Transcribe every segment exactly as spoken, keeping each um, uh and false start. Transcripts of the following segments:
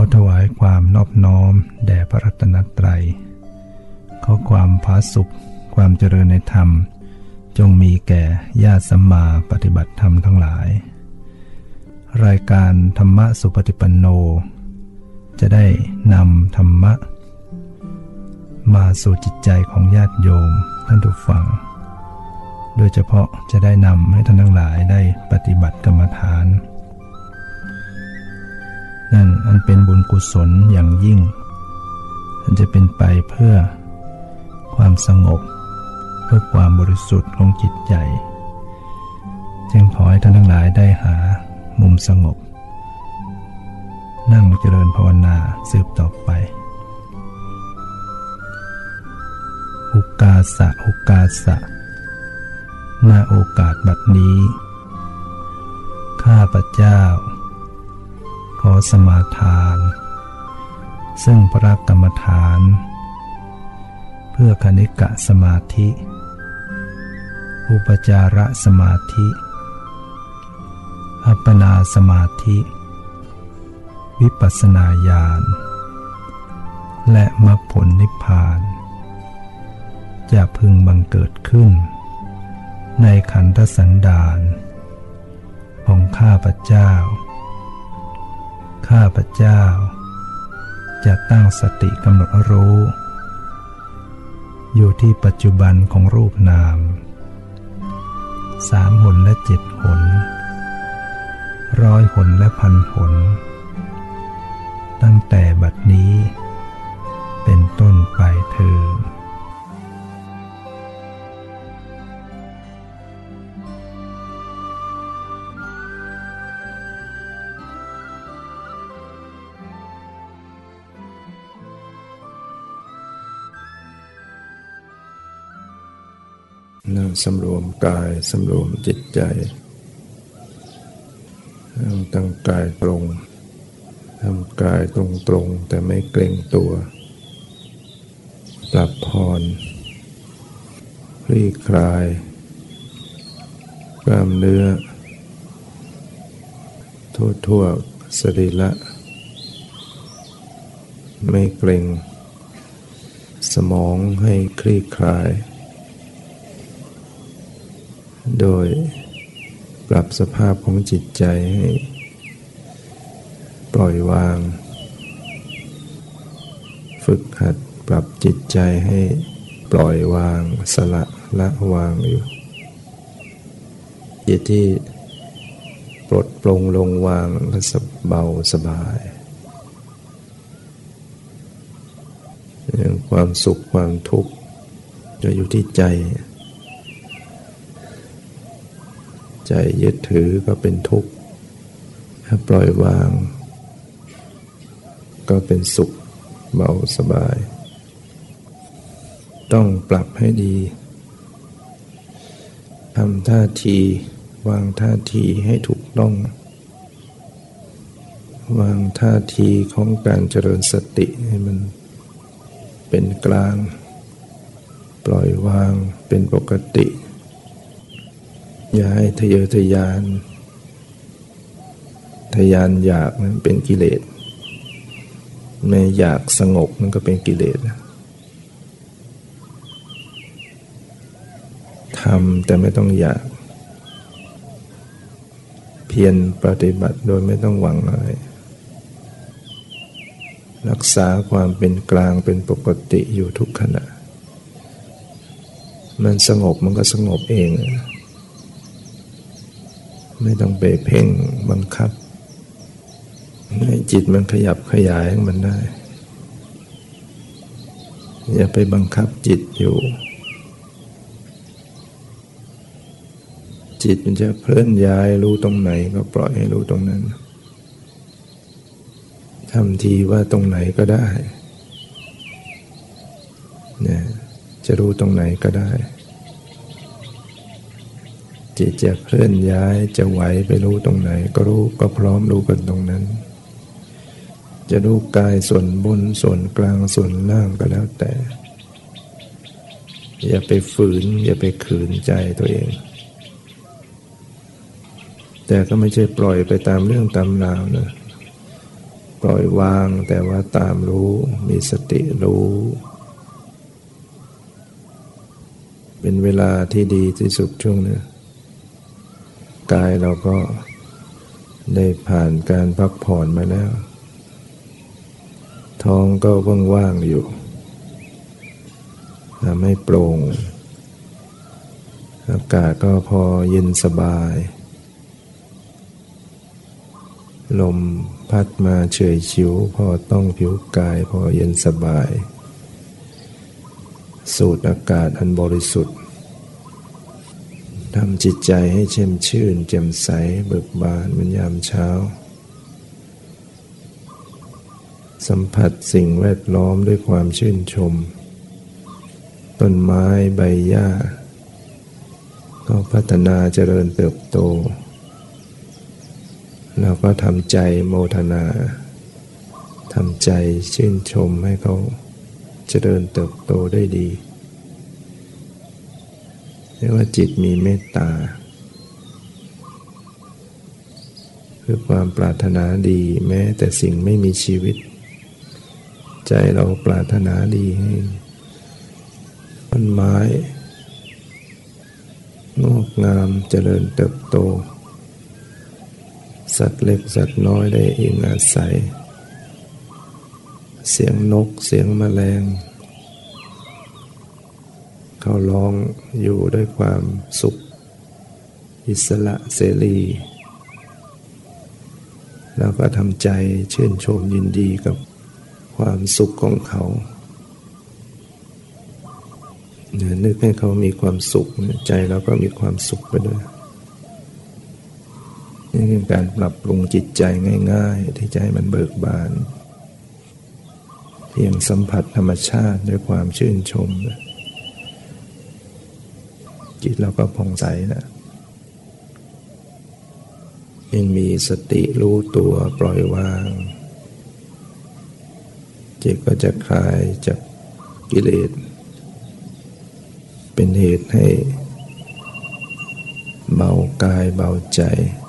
ถวายความนอบน้อมแด่พระรัตนตรัยขอความผาสุกความเจริญในธรรมจงมีแก่ญาติสัมมาปฏิบัติธรรมทั้งหลายรายการธรรมะสุปฏิปันโนจะได้นำธรรมะมาสู่จิตใจของญาติโยมท่านผู้ฟังโดยเฉพาะจะได้นำให้ท่านทั้งหลายได้ปฏิบัติกรรมฐานนั่นอันเป็นบุญกุศลอย่างยิ่งอันจะเป็นไปเพื่อความสงบเพื่อความบริสุทธิ์ของจิตใจจึงขอให้ท่านทั้งหลายได้หามุมสงบนั่งเจริญภาวนาสืบต่อไปอุกาสะอุกาสะณโอกาสบัดนี้ข้าพเจ้าขอสมาทานซึ่งพระกรรมฐานเพื่อคณิกะสมาธิอุปจารสมาธิอัปปนาสมาธิวิปัสสนาญาณและมรรคผลนิพพานจะพึงบังเกิดขึ้นในขันธสันดานของข้าพเจ้าข้าพเจ้าจะตั้งสติกำหนดรู้อยู่ที่ปัจจุบันของรูปนามสามหนและเจ็ดหนร้อยหนและพันหนตั้งแต่บัดนี้เป็นต้นไปเถิดนั่งสำรวมกายสำรวมจิตใจนั่งตั้งกายตรงทำกายตรงตรงแต่ไม่เกร็งตัวปรับผ่อนคลี่คลายกล้ามเนื้อทั่วทั่วสรีระไม่เกร็งสมองให้คลี่คลายโดยปรับสภาพของจิตใจให้ปล่อยวางฝึกหัดปรับจิตใจให้ปล่อยวางสละละวางอยู่จิตที่ปลดปลงลงวางก็สเบาสบายอย่างความสุขความทุกข์จะอยู่ที่ใจใจยึดถือก็เป็นทุกข์ถ้าปล่อยวางก็เป็นสุขเบาสบายต้องปรับให้ดีทำท่าทีวางท่าทีให้ถูกต้องวางท่าทีของการเจริญสติให้มันเป็นกลางปล่อยวางเป็นปกติอย่าให้ทะเยอทะยานทะยานอยากนั้นเป็นกิเลสแม้อยากสงบนั่นก็เป็นกิเลสทำแต่ไม่ต้องอยากเพียรปฏิบัติโดยไม่ต้องหวังอะไรรักษาความเป็นกลางเป็นปกติอยู่ทุกขณะมันสงบมันก็สงบเองไม่ต้องไปเพ่งบังคับให้จิตมันขยับขยายของมันได้อย่าไปบังคับจิตอยู่จิตมันจะเคลื่อนย้ายรู้ตรงไหนก็ปล่อยให้รู้ตรงนั้นทำทีว่าตรงไหนก็ได้เนี่ยจะรู้ตรงไหนก็ได้จิตจะเคลื่อนย้ายจะไหวไปรู้ตรงไหนก็รู้ก็พร้อมรู้กันตรงนั้นจะรู้กายส่วนบนส่วนกลางส่วนล่างก็แล้วแต่อย่าไปฝืนอย่าไปขืนใจตัวเองแต่ก็ไม่ใช่ปล่อยไปตามเรื่องตามราวนะปล่อยวางแต่ว่าตามรู้มีสติรู้เป็นเวลาที่ดีที่สุดช่วงนี้กายเราก็ได้ผ่านการพักผ่อนมาแล้วท้องก็ว่างๆอยู่ทำให้โปร่งอากาศก็พอเย็นสบายลมพัดมาเฉยชิวพอต้องผิวกายพอเย็นสบายสูดอากาศอันบริสุทธิ์ทำจิตใจให้แช่มชื่นแจ่มใสเบิกบานเหมือนยามเช้าสัมผัสสิ่งแวดล้อมด้วยความชื่นชมต้นไม้ใบหญ้าก็พัฒนาเจริญเติบโตเราก็ทำใจโมทนาทำใจชื่นชมให้เขาเจริญเติบโตได้ดีเรียกว่าจิตมีเมตตาคือความปรารถนาดีแม้แต่สิ่งไม่มีชีวิตใจเราปรารถนาดีให้ต้นไม้งอกงามเจริญเติบโตสัตว์เล็กสัตว์น้อยได้อิงอาศัยเสียงนกเสียงแมลงเขาร้องอยู่ด้วยความสุขอิสระเสรีแล้วก็ทำใจชื่นชมยินดีกับความสุขของเขาเนี่ยนึกให้เขามีความสุขใจเราก็มีความสุขไปด้วยนี่คือการปรับปรุงจิตใจง่ายๆที่จะให้มันเบิกบานเพียงสัมผัสธรรมชาติด้วยความชื่นชมจิตเราก็ผ่องใสนะยังมีสติรู้ตัวปล่อยวางจิตก็จะคลายจากกิเลสเป็นเหตุให้เบากายเบาใจ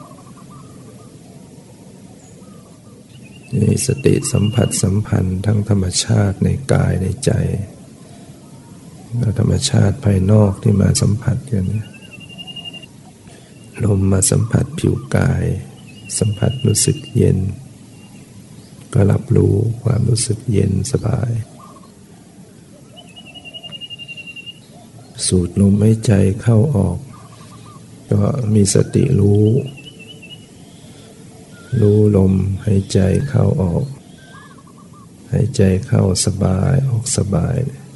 มีสติสัมผัสสัมพันธ์ทั้งธรรมชาติในกายในใจและธรรมชาติภายนอกที่มาสัมผัสกันลมมาสัมผัสผิวกายสัมผัสรู้สึกเย็นก็รับรู้ความรู้สึกเย็นสบายสูดลมหายใจเข้าออกก็มีสติรู้รู้ลมหายใจเข้าออกหายใจเข้าสบายออกสบาย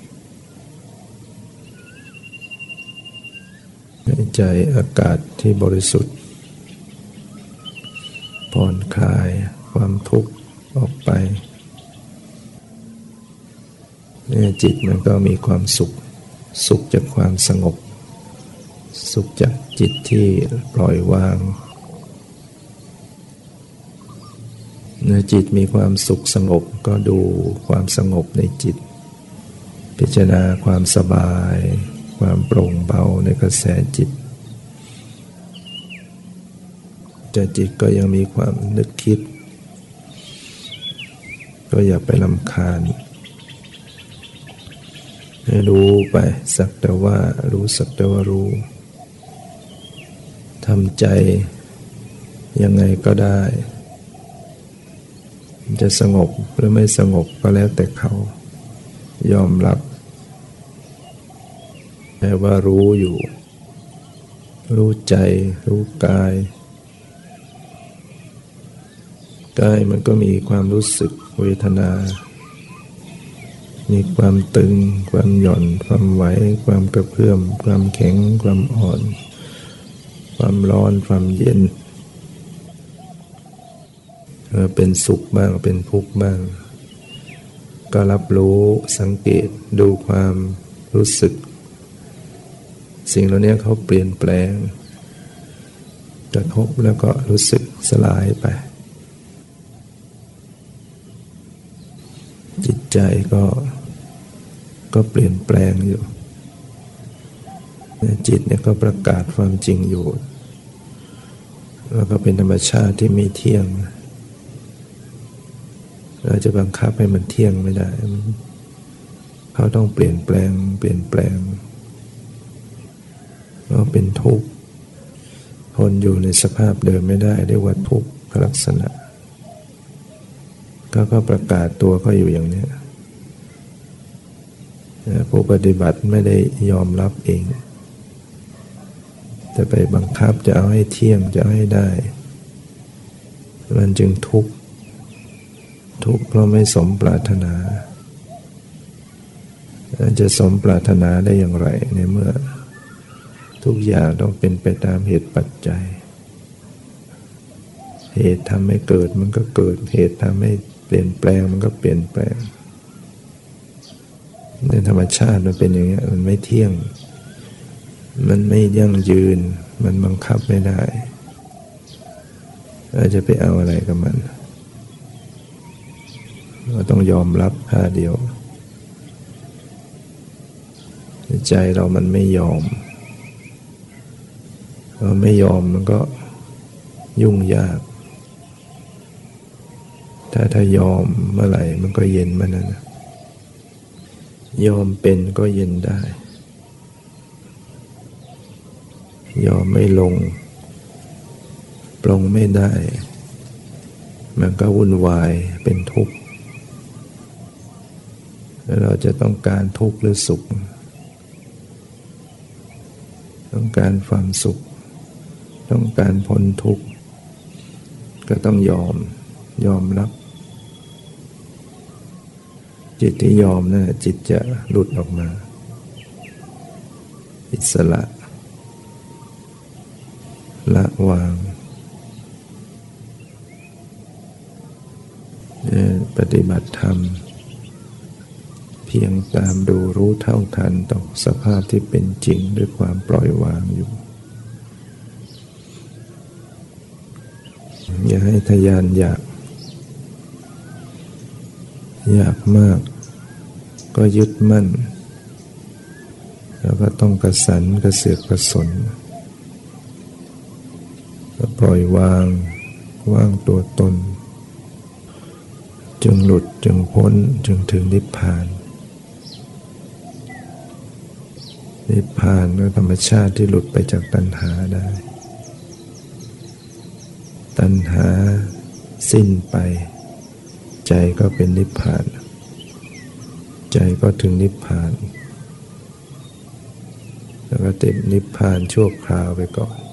หายใจอากาศที่บริสุทธิ์ผ่อนคลายความทุกข์ออกไปเนี่ยจิตมันก็มีความสุขสุขจากความสงบสุขจากจิตที่ปล่อยวางเมื่อจิตมีความสุขสงบก็ดูความสงบในจิตพิจารณาความสบายความโปร่งเบาในกระแสจิตแต่จิตก็ยังมีความนึกคิดก็อย่าไปรำคาญให้รู้ไปสักแต่ว่ารู้สักแต่ว่ารู้ทำใจยังไงก็ได้จะสงบหรือไม่สงบก็แล้วแต่เขายอมรับแต่ว่ารู้อยู่รู้ใจรู้กายกายมันก็มีความรู้สึกเวทนามีความตึงความหย่อนความไหวความกระเพื่อมความแข็งความอ่อนความร้อนความเย็นเป็นสุขบ้างเป็นทุกข์บ้างก็รับรู้สังเกตดูความรู้สึกสิ่งเหล่านี้เขาเปลี่ยนแปลงกระทบแล้วก็รู้สึกสลายไปจิตใจก็ก็เปลี่ยนแปลงอยู่จิตเนี่ยก็ประกาศความจริงอยู่แล้วก็เป็นธรรมชาติที่ไม่เที่ยงเราจะบังคับให้มันเที่ยงไม่ได้เขาต้องเปลี่ยนแปลงเปลี่ยนแปลงก็เป็นทุกข์ทนอยู่ในสภาพเดิมไม่ได้เรียกว่าทุกข์ลักษณะก็ก็ประกาศตัวก็อยู่อย่างนี้ผู้ปฏิบัติไม่ได้ยอมรับเองแต่ไปบังคับจะเอาให้เที่ยงจะเอาให้ได้มันจึงทุกข์ทุกข์เพราะไม่สมปรารถนาจะสมปรารถนาได้อย่างไรในเมื่อทุกอย่างต้องเป็นไปตามเหตุปัจจัยเหตุทำให้เกิดมันก็เกิดเหตุทำให้เปลี่ยนแปลงมันก็เปลี่ยนแปลงในธรรมชาติมันเป็นอย่างนี้มันไม่เที่ยงมันไม่ยั่งยืนมันบังคับไม่ได้เราจะไปเอาอะไรกับมันเราต้องยอมรับท่าเดียวใจเรามันไม่ยอมเราไม่ยอมมันก็ยุ่งยากถ้าถ้ายอมเมื่อไหร่มันก็เย็นเมื่อนั้นยอมเป็นก็เย็นได้ยอมไม่ลงปลงไม่ได้มันก็วุ่นวายเป็นทุกข์แล้วเราจะต้องการทุกข์หรือสุขต้องการความสุขต้องการพ้นทุกข์ก็ต้องยอมยอมรับจิตที่ยอมนั่นจิตจะหลุดออกมาอิสระละวางปฏิบัติธรรมเพียงตามดูรู้เท่าทันต่อสภาพที่เป็นจริงด้วยความปล่อยวางอยู่อย่าให้ทะยานอยากอยากมากก็ยึดมั่นแล้วก็ต้องกระสันกระเสือกกระสนก็ปล่อยวางว่างตัวตนจึงหลุดจึงพ้นจึงถึงนิพพานนิพพานก็ธรรมชาติที่หลุดไปจากตัณหาได้ตัณหาสิ้นไปใจก็เป็นนิพพานใจก็ถึงนิพพานแล้วก็ติดนิพพานชั่วคราวไปก่อน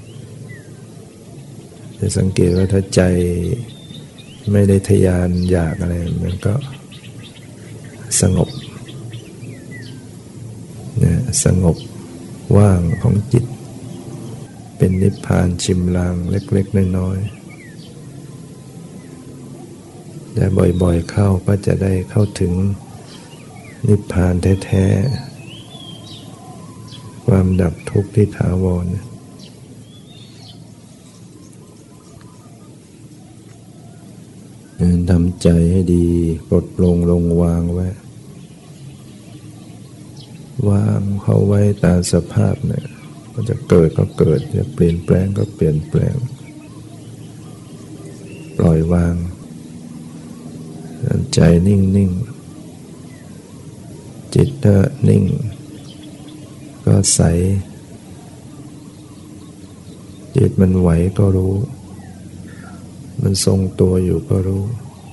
จะสังเกตว่าถ้าใจไม่ได้ทะยานอยากอะไรมันก็สงบเนี่ยสงบว่างของจิตเป็นนิพพานชิมลางเล็กๆน้อยๆแต่บ่อยๆเข้าก็จะได้เข้าถึงนิพพานแท้ๆความดับทุกข์ที่ถาวรทำใจให้ดีปลดปลงลงวางไว้วางเข้าไว้ตามสภาพเนี่ยก็จะเกิดก็เกิดจะเปลี่ยนแปลงก็เปลี่ยนแปลงปล่อยวางใจนิ่งนิ่งจิตถ้านิ่งก็ใสจิตมันไหวก็รู้มันทรงตัวอยู่ก็รู้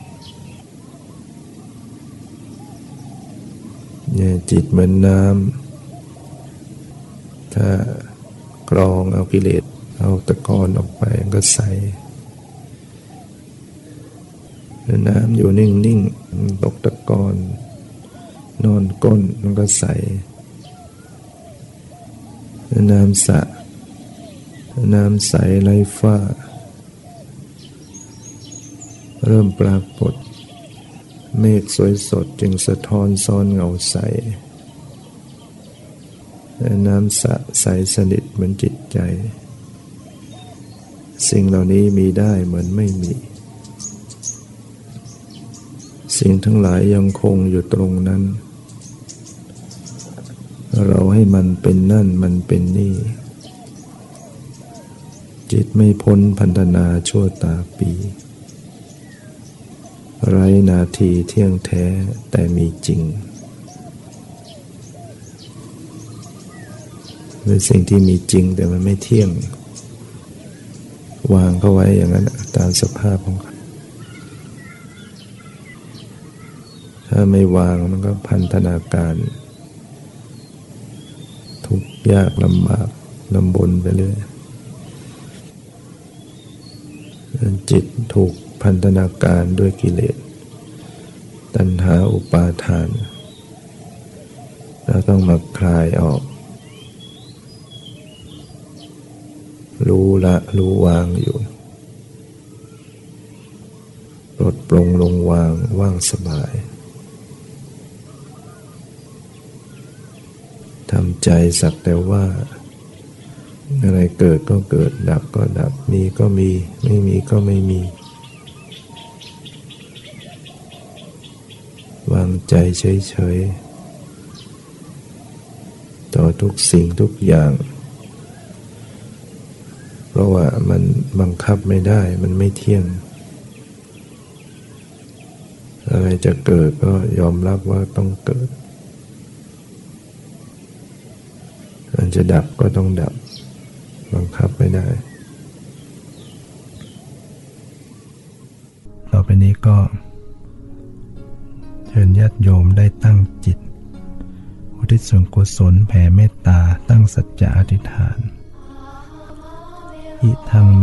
เนี่ยจิตเหมือนน้ำถ้ากรองเอากิเลสเอาตะกอนออกไปก็ใสน้ำอยู่นิ่งๆตกตะกอนนอนก้นมันก็ใสน้ำสระน้ำใสไร้ฝ้าเริ่มปรากฏเมฆสวยสดจึงสะท้อนซ้อนเงาใสน้ำสะใสสนิทเหมือนจิตใจสิ่งเหล่านี้มีได้เหมือนไม่มีสิ่งทั้งหลายยังคงอยู่ตรงนั้นเราให้มันเป็นนั่นมันเป็นนี่จิตไม่พ้นพันธนาชั่วตาปีไร้นาทีเที่ยงแท้แต่มีจริงเป็นสิ่งที่มีจริงแต่มันไม่เที่ยงวางเขาไว้อย่างนั้นตามสภาพของเขาถ้าไม่วางมันก็พันธนาการทุกข์ยากลำบากลำบนไปเรื่อยจิตถูกพันธนาการด้วยกิเลสตัณหาอุปาทานเราต้องมาคลายออกรู้ละรู้วางอยู่ปลดปลงลงวางว่างสบายทำใจสักแต่ว่าอะไรเกิดก็เกิดดับก็ดับมีก็มีไม่มีก็ไม่มีวางใจเฉยๆต่อทุกสิ่งทุกอย่างเพราะว่ามันบังคับไม่ได้มันไม่เที่ยงอะไรจะเกิดก็ยอมรับว่าต้องเกิดมันจะดับก็ต้องดับบังคับไม่ได้ต่อไปนี้ก็เชิญญาติโยมได้ตั้งจิตอุทิศส่วนกุศลแผ่เมตตาตั้งสัจจะอธิษฐานอิทังเม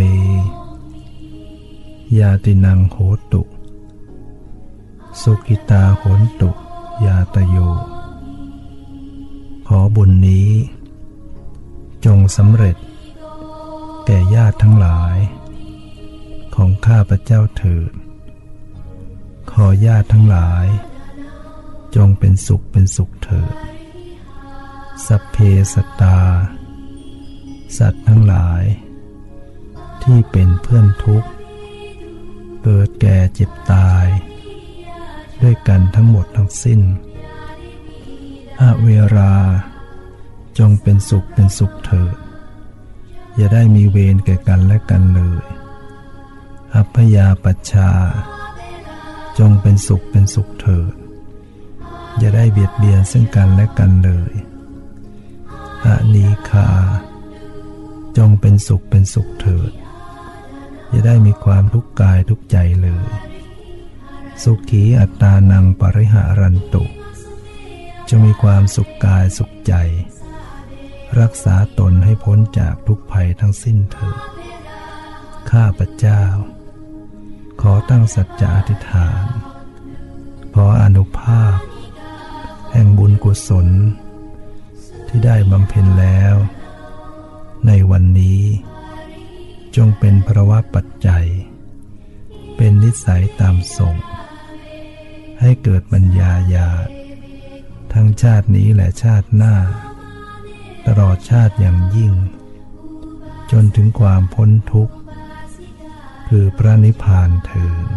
ยาตินังโหตุสุขิตาโหนตุยาตโยขอบุญนี้จงสำเร็จแก่ญาติทั้งหลายของข้าพเจ้าเถิดขอญาติทั้งหลายจงเป็นสุขเป็นสุขเถิดสัพเพสัตตาสัตว์ทั้งหลายที่เป็นเพื่อนทุกข์เกิดแก่เจ็บตายด้วยกันทั้งหมดทั้งสิ้นอเวราจงเป็นสุขเป็นสุขเถิดอย่าได้มีเวรแก่กันและกันเลยอัพพยาปัชชาจงเป็นสุขเป็นสุขเถิดอย่าได้เบียดเบียนซึ่งกันและกันเลยอนีคาจงเป็นสุขเป็นสุขเถิดอย่าได้มีความทุกข์กายทุกข์ใจเลยสุขีอัตตานังปริหารันตุจงมีความสุขกายสุขใจรักษาตนให้พ้นจากทุกภัยทั้งสิ้นเถิดข้าพเจ้าขอตั้งสัจจะอธิษฐานขออานุภาพแห่งบุญกุศลที่ได้บำเพ็ญแล้วในวันนี้จงเป็นภวปัจจัยเป็นนิสัยตามส่งให้เกิดปัญญาญาณทั้งชาตินี้และชาติหน้าตลอดชาติอย่างยิ่งจนถึงความพ้นทุกข์คือพระนิพพานเถิด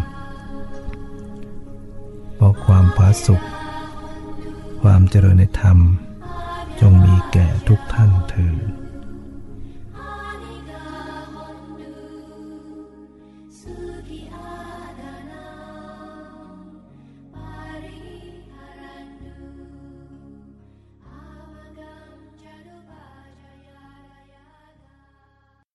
เพราะความผาสุกความเจริญในธรรมจงมีแก่ทุกท่านเถิด